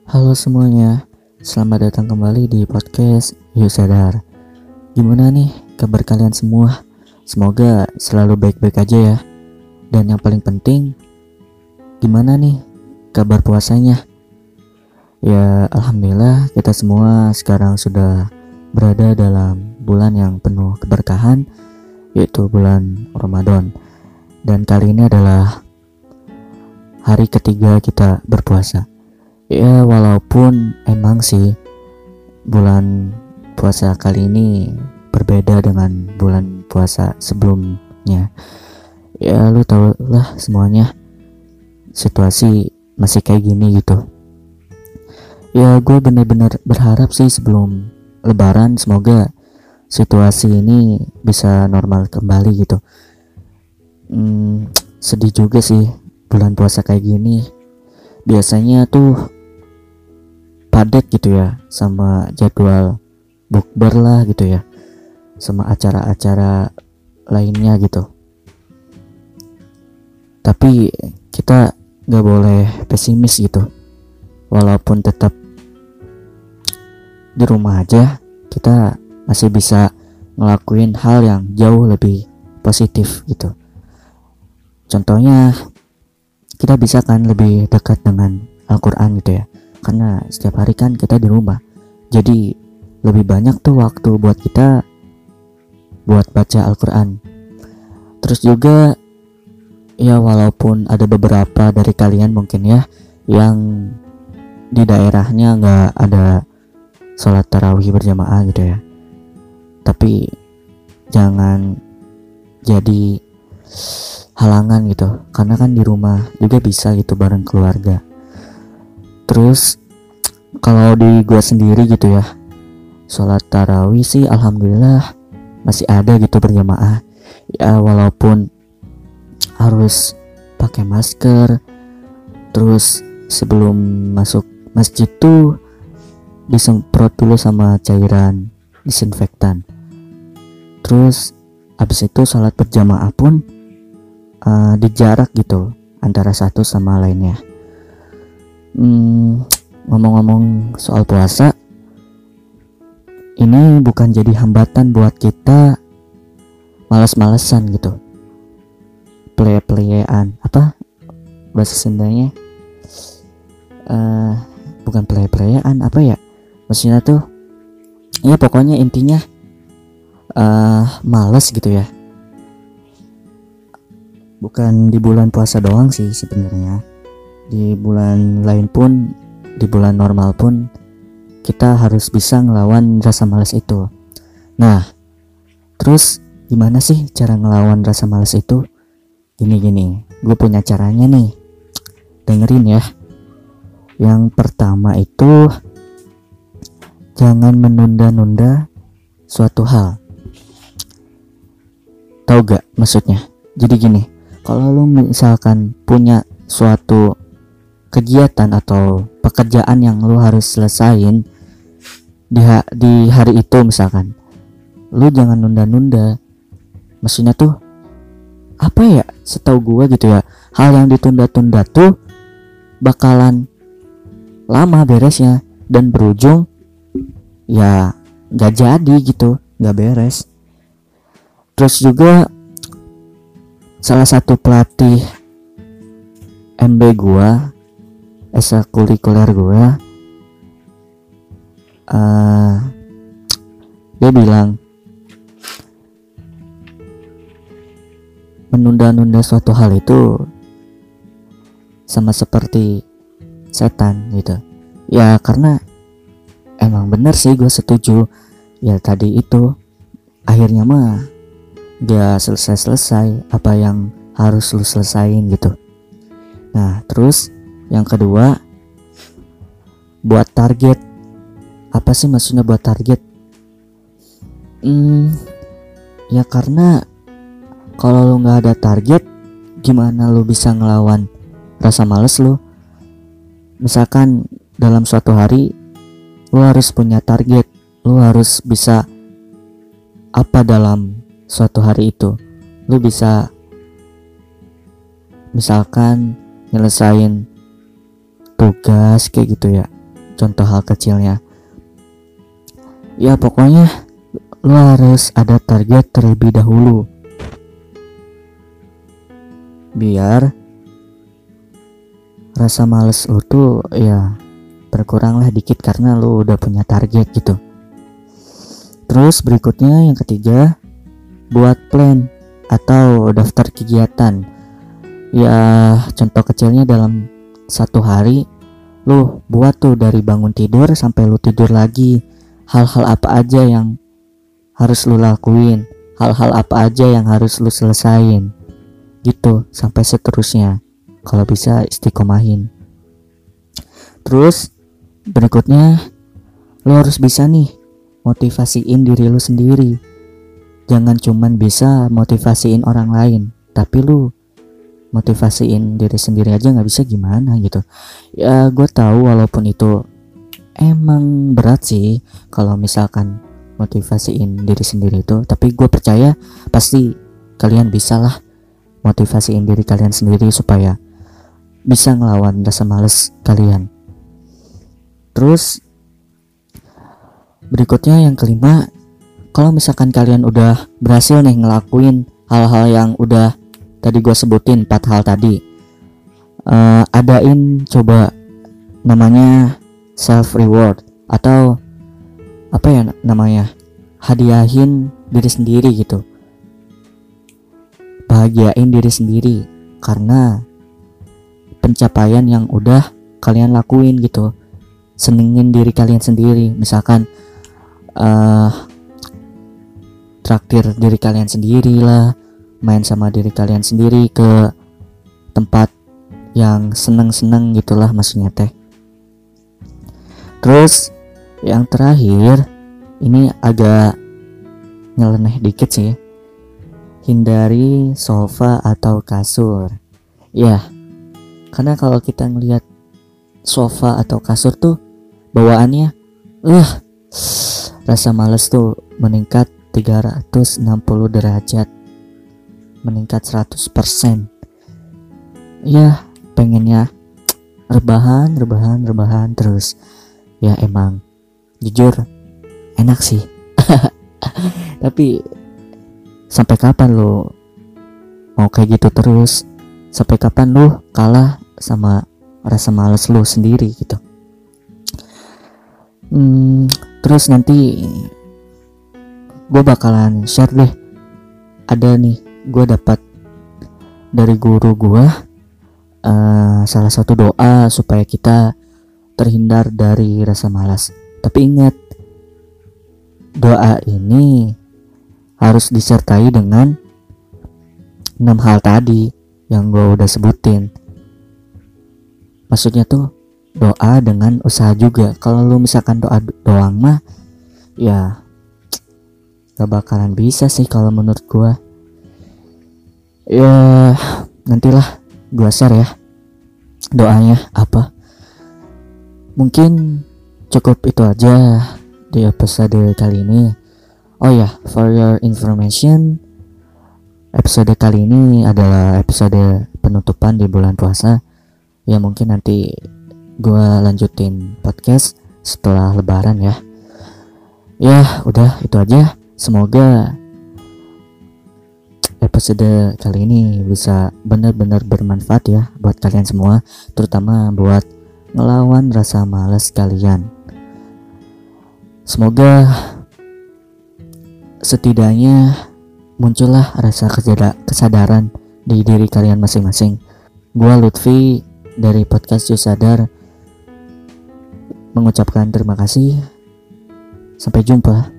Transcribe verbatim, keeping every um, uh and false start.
Halo semuanya, selamat datang kembali di podcast Yuk Sadar. Gimana nih kabar kalian semua? Semoga selalu baik-baik aja ya. Dan yang paling penting, gimana nih kabar puasanya? Ya alhamdulillah kita semua sekarang sudah berada dalam bulan yang penuh keberkahan, yaitu bulan Ramadan. Dan kali ini adalah hari ketiga kita berpuasa. Ya walaupun emang sih bulan puasa kali ini berbeda dengan bulan puasa sebelumnya. Ya lu tau lah semuanya, situasi masih kayak gini gitu. Ya gue bener-bener berharap sih sebelum lebaran semoga situasi ini bisa normal kembali gitu. hmm, Sedih juga sih bulan puasa kayak gini. Biasanya tuh padat gitu ya sama jadwal bukber lah gitu ya, sama acara-acara lainnya gitu. Tapi kita gak boleh pesimis gitu. Walaupun tetap di rumah aja, kita masih bisa ngelakuin hal yang jauh lebih positif gitu. Contohnya kita bisa kan lebih dekat dengan Al-Quran gitu ya, karena setiap hari kan kita di rumah, jadi lebih banyak tuh waktu buat kita buat baca Al-Quran. Terus juga ya walaupun ada beberapa dari kalian mungkin ya yang di daerahnya nggak ada sholat tarawih berjamaah gitu ya, tapi jangan jadi halangan gitu, karena kan di rumah juga bisa gitu bareng keluarga. Terus kalau di gua sendiri gitu ya, sholat tarawih sih alhamdulillah masih ada gitu berjamaah. Ya walaupun harus pakai masker, terus sebelum masuk masjid tuh disemprot dulu sama cairan disinfektan. Terus habis itu sholat berjamaah pun uh, dijarak gitu antara satu sama lainnya. Hmm, ngomong-ngomong soal puasa, ini bukan jadi hambatan buat kita malas-malesan gitu, play-playan apa bahasa Sundanya, uh, bukan play-playan apa ya maksudnya tuh, ya pokoknya intinya uh, males gitu ya. Bukan di bulan puasa doang sih sebenarnya, di bulan lain pun, di bulan normal pun kita harus bisa ngelawan rasa malas itu. Nah, terus gimana sih cara ngelawan rasa malas itu? Gini-gini, gue punya caranya nih, dengerin ya. Yang pertama itu, jangan menunda-nunda suatu hal. Tahu gak maksudnya? Jadi gini, kalau lu misalkan punya suatu kegiatan atau pekerjaan yang lu harus selesain di, ha- di hari itu misalkan, lu jangan nunda-nunda. Maksudnya tuh apa ya, setahu gua gitu ya, hal yang ditunda-tunda tuh bakalan lama beresnya dan berujung ya gak jadi gitu, gak beres. Terus juga salah satu pelatih M B gua, ekstrakurikuler gue, uh, dia bilang menunda-nunda suatu hal itu sama seperti setan gitu ya. Karena emang bener sih, gue setuju ya. Tadi itu akhirnya mah gak selesai-selesai apa yang harus lu selesain gitu. Nah terus yang kedua, buat target. Apa sih maksudnya buat target? Hmm, ya karena kalau lu nggak ada target, gimana lu bisa ngelawan rasa males lu? Misalkan dalam suatu hari, lu harus punya target. Lu harus bisa apa dalam suatu hari itu? Lu bisa misalkan nyelesain tugas kayak gitu ya, contoh hal kecilnya. Ya pokoknya lu harus ada target terlebih dahulu, biar rasa males lu tuh ya berkuranglah dikit karena lu udah punya target gitu. Terus berikutnya yang ketiga, buat plan atau daftar kegiatan. Ya contoh kecilnya dalam satu hari lu buat tuh dari bangun tidur sampai lu tidur lagi, hal-hal apa aja yang harus lu lakuin, hal-hal apa aja yang harus lu selesain gitu sampai seterusnya. Kalau bisa istiqomahin. Terus berikutnya lu harus bisa nih motivasiin diri lu sendiri. Jangan cuman bisa motivasiin orang lain, tapi lu motivasiin diri sendiri aja nggak bisa gimana gitu. Ya gue tahu walaupun itu emang berat sih kalau misalkan motivasiin diri sendiri itu, tapi gue percaya pasti kalian bisa lah motivasiin diri kalian sendiri supaya bisa ngelawan rasa males kalian. Terus berikutnya yang kelima, kalau misalkan kalian udah berhasil nih ngelakuin hal-hal yang udah tadi gue sebutin, empat hal tadi, uh, adain coba namanya self reward atau apa ya namanya, hadiahin diri sendiri gitu, bahagiain diri sendiri karena pencapaian yang udah kalian lakuin gitu. Senengin diri kalian sendiri, misalkan uh, traktir diri kalian sendiri lah, main sama diri kalian sendiri ke tempat yang seneng-seneng gitulah maksudnya teh. Terus yang terakhir ini agak nyeleneh dikit sih, hindari sofa atau kasur. Ya, karena kalau kita ngelihat sofa atau kasur tuh bawaannya, uh, rasa males tuh meningkat tiga ratus enam puluh derajat, meningkat seratus persen. Ya, pengennya rebahan, rebahan, rebahan terus. Ya emang jujur enak sih. Tapi sampai kapan lo mau kayak gitu terus? Sampai kapan lo kalah sama rasa males lo sendiri gitu? Hmm, terus nanti gue bakalan share deh. Ada nih, gue dapat dari guru gue uh, salah satu doa supaya kita terhindar dari rasa malas. Tapi ingat, doa ini harus disertai dengan enam hal tadi yang gue udah sebutin. Maksudnya tuh doa dengan usaha juga. Kalau lu misalkan doa doang mah ya gak bakalan bisa sih kalau menurut gue. Ya nantilah gue share ya doanya apa. Mungkin cukup itu aja di episode kali ini. Oh ya, for your information, episode kali ini adalah episode penutupan di bulan puasa. Ya mungkin nanti gue lanjutin podcast setelah lebaran ya. Ya udah itu aja. Semoga episode kali ini bisa benar-benar bermanfaat ya buat kalian semua, terutama buat ngelawan rasa malas kalian. Semoga setidaknya muncullah rasa kesadaran di diri kalian masing-masing. Gua Lutfi dari podcast Yuk Sadar mengucapkan terima kasih. Sampai jumpa.